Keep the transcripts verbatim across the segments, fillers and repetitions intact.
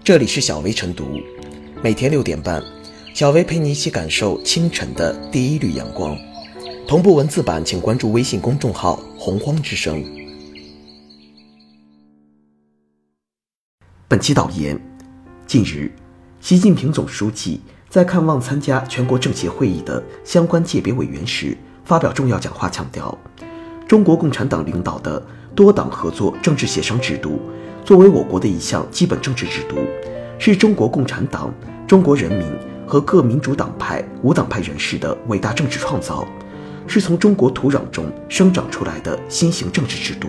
这里是小薇晨读，每天六点半，小薇陪你一起感受清晨的第一缕阳光。同步文字版请关注微信公众号洪荒之声。本期导言：近日，习近平总书记在看望参加全国政协会议的相关界别委员时，发表重要讲话，强调中国共产党领导的多党合作政治协商制度作为我国的一项基本政治制度，是中国共产党、中国人民和各民主党派、无党派人士的伟大政治创造，是从中国土壤中生长出来的新型政治制度。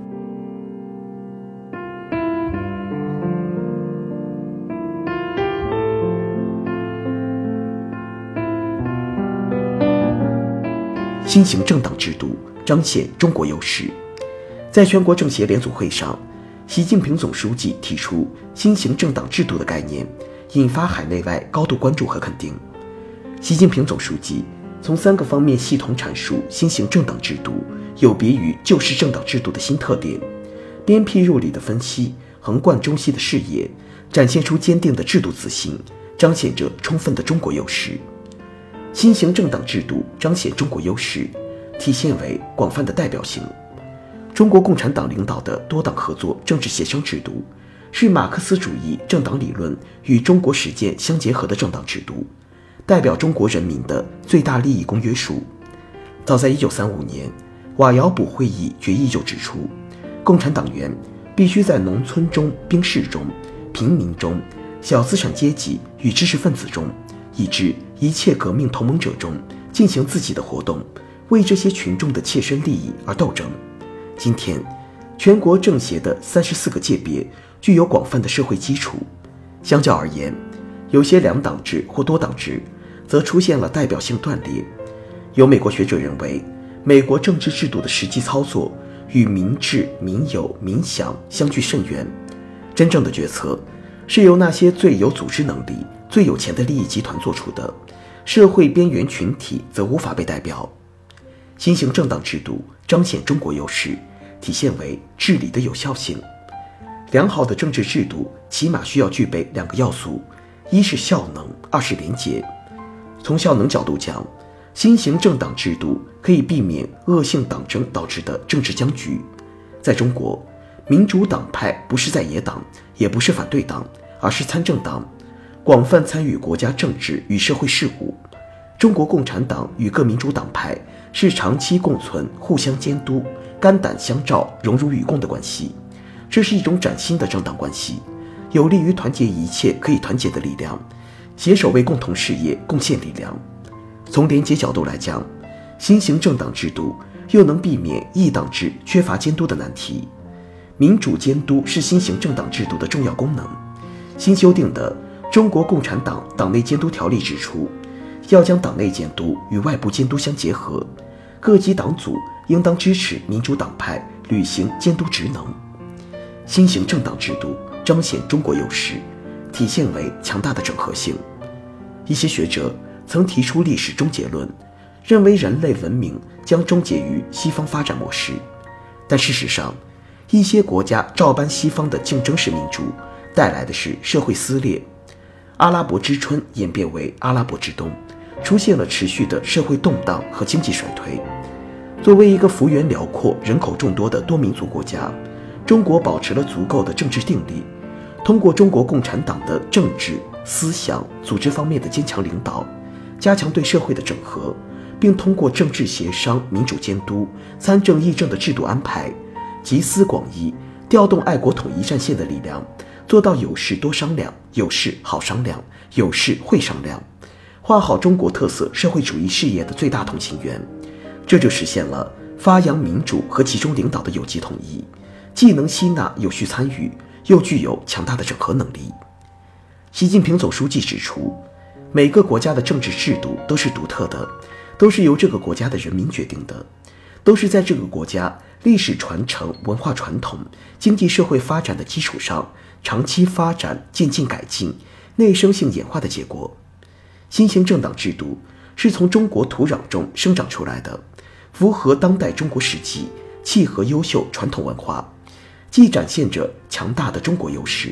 新型政党制度彰显中国优势。在全国政协联组会上，习近平总书记提出新型政党制度的概念，引发海内外高度关注和肯定。习近平总书记从三个方面系统阐述新型政党制度有别于旧式政党制度的新特点，鞭辟入里的分析，横贯中西的视野，展现出坚定的制度自信，彰显着充分的中国优势。新型政党制度彰显中国优势，体现为广泛的代表性。中国共产党领导的多党合作政治协商制度，是马克思主义政党理论与中国实践相结合的政党制度，代表中国人民的最大利益公约数。早在一九三五年，瓦窑堡会议决议就指出，共产党员必须在农村中、兵士中、平民中、小资产阶级与知识分子中，以至一切革命同盟者中进行自己的活动，为这些群众的切身利益而斗争。今天，全国政协的三十四个界别具有广泛的社会基础，相较而言，有些两党制或多党制则出现了代表性断裂。有美国学者认为，美国政治制度的实际操作与民治、民有、民享相距甚远，真正的决策是由那些最有组织能力、最有钱的利益集团做出的，社会边缘群体则无法被代表。新型政党制度彰显中国优势，体现为治理的有效性。良好的政治制度起码需要具备两个要素，一是效能，二是廉洁。从效能角度讲，新型政党制度可以避免恶性党争导致的政治僵局。在中国，民主党派不是在野党，也不是反对党，而是参政党，广泛参与国家政治与社会事务。中国共产党与各民主党派是长期共存、互相监督、肝胆相照、荣辱与共的关系，这是一种崭新的政党关系，有利于团结一切可以团结的力量，携手为共同事业贡献力量。从廉洁角度来讲，新型政党制度又能避免一党制缺乏监督的难题。民主监督是新型政党制度的重要功能。新修订的《中国共产党党内监督条例》指出，要将党内监督与外部监督相结合，各级党组应当支持民主党派履行监督职能。新型政党制度彰显中国优势，体现为强大的整合性。一些学者曾提出历史终结论，认为人类文明将终结于西方发展模式，但事实上，一些国家照搬西方的竞争式民主，带来的是社会撕裂。阿拉伯之春演变为阿拉伯之冬，出现了持续的社会动荡和经济衰退。作为一个幅员辽阔、人口众多的多民族国家，中国保持了足够的政治定力，通过中国共产党的政治、思想、组织方面的坚强领导，加强对社会的整合，并通过政治协商、民主监督、参政议政的制度安排，集思广益，调动爱国统一战线的力量，做到有事多商量，有事好商量，有事会商量，画好中国特色社会主义事业的最大同心圆。这就实现了发扬民主和集中领导的有机统一，既能吸纳有序参与，又具有强大的整合能力。习近平总书记指出，每个国家的政治制度都是独特的，都是由这个国家的人民决定的，都是在这个国家历史传承、文化传统、经济社会发展的基础上长期发展、渐进改进、内生性演化的结果。新型政党制度是从中国土壤中生长出来的，符合当代中国实际，契合优秀传统文化，既展现着强大的中国优势，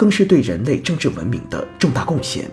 更是对人类政治文明的重大贡献。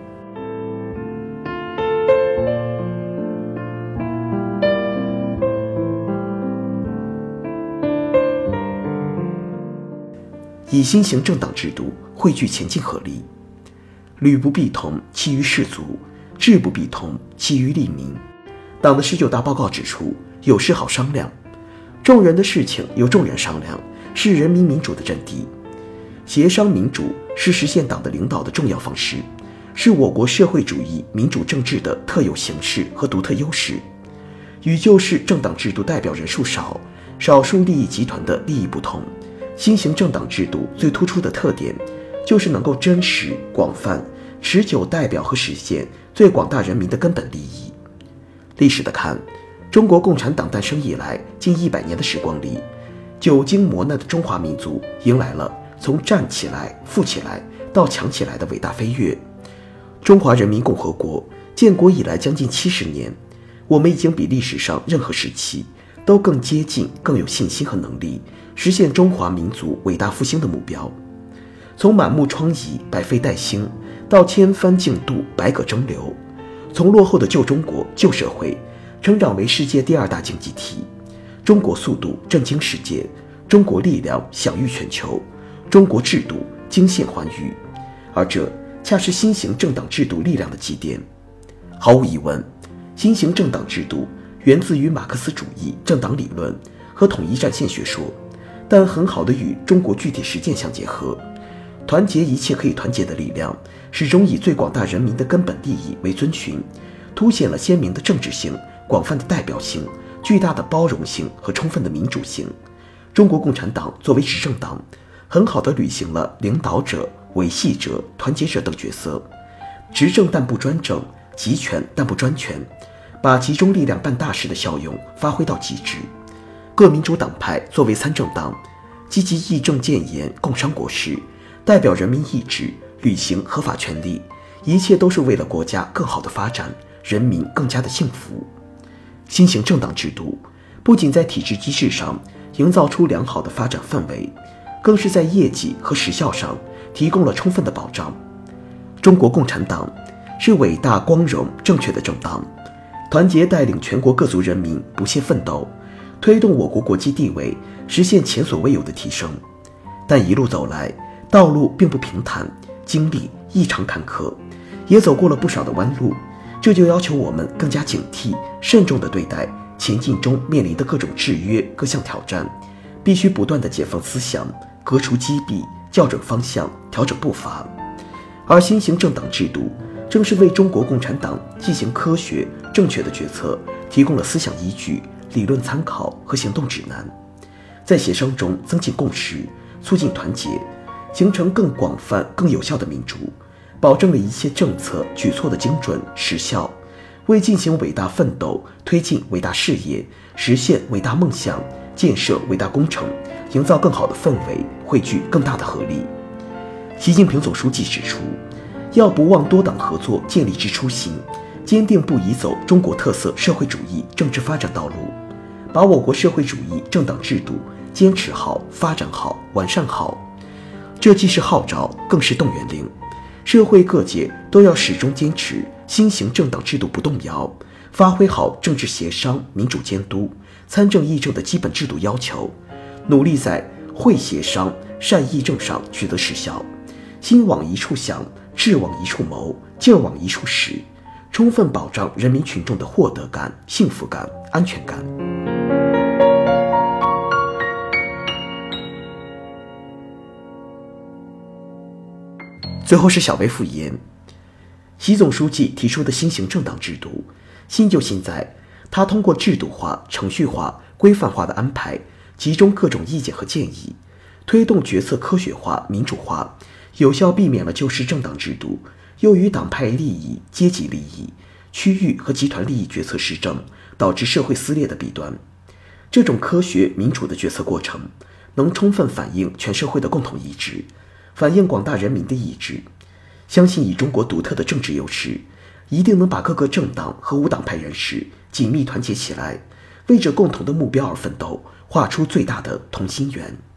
以新型政党制度汇聚前进合力，吕不避同，其于士卒；志不避同，其于利民。党的十九大报告指出，有事好商量，众人的事情由众人商量，是人民民主的阵地。协商民主是实现党的领导的重要方式，是我国社会主义民主政治的特有形式和独特优势。与旧式政党制度代表人数少、少数利益集团的利益不同，新型政党制度最突出的特点，就是能够真实、广泛、持久代表和实现最广大人民的根本利益。历史的看，中国共产党诞生以来近一百年的时光里，久经磨难的中华民族迎来了从站起来、富起来到强起来的伟大飞跃。中华人民共和国建国以来将近七十年，我们已经比历史上任何时期都更接近、更有信心和能力实现中华民族伟大复兴的目标。从满目疮痍、百废待兴，到千帆竞渡、百舸争流，从落后的旧中国、旧社会成长为世界第二大经济体，中国速度震惊世界，中国力量享誉全球，中国制度惊现寰宇，而这恰是新型政党制度力量的基点。毫无疑问，新型政党制度源自于马克思主义政党理论和统一战线学说，但很好地与中国具体实践相结合，团结一切可以团结的力量，始终以最广大人民的根本利益为遵循，凸显了鲜明的政治性、广泛的代表性、巨大的包容性和充分的民主性。中国共产党作为执政党，很好地履行了领导者、维系者、团结者等角色，执政但不专政，集权但不专权，把集中力量办大事的效用发挥到极致。各民主党派作为参政党，积极议政建言，共商国事，代表人民意志，履行合法权利，一切都是为了国家更好的发展，人民更加的幸福。新型政党制度不仅在体制机制上营造出良好的发展氛围，更是在业绩和实效上提供了充分的保障。中国共产党是伟大、光荣、正确的政党，团结带领全国各族人民不懈奋斗，推动我国国际地位实现前所未有的提升。但一路走来，道路并不平坦，经历异常坎坷，也走过了不少的弯路，这就要求我们更加警惕、慎重地对待前进中面临的各种制约、各项挑战，必须不断地解放思想，革除积弊，校准方向，调整步伐。而新型政党制度正是为中国共产党进行科学、正确的决策提供了思想依据、理论参考和行动指南，在协商中增进共识，促进团结，形成更广泛、更有效的民主，保证了一切政策举措的精准实效，为进行伟大奋斗、推进伟大事业、实现伟大梦想、建设伟大工程营造更好的氛围，汇聚更大的合力。习近平总书记指出，要不忘多党合作建立之初心，坚定不移走中国特色社会主义政治发展道路，把我国社会主义政党制度坚持好、发展好、完善好。这既是号召，更是动员令，社会各界都要始终坚持新型政党制度不动摇，发挥好政治协商、民主监督、参政议政的基本制度要求，努力在会协商、善议政上取得实效，心往一处想，志往一处谋，劲儿往一处使，充分保障人民群众的获得感、幸福感、安全感。最后是小微复言，习总书记提出的新型政党制度，新就新在他通过制度化、程序化、规范化的安排，集中各种意见和建议，推动决策科学化、民主化，有效避免了旧式政党制度由于党派利益、阶级利益、区域和集团利益决策失政，导致社会撕裂的弊端。这种科学民主的决策过程，能充分反映全社会的共同意志，反映广大人民的意志。相信以中国独特的政治优势，一定能把各个政党和无党派人士紧密团结起来，为着共同的目标而奋斗，画出最大的同心圆。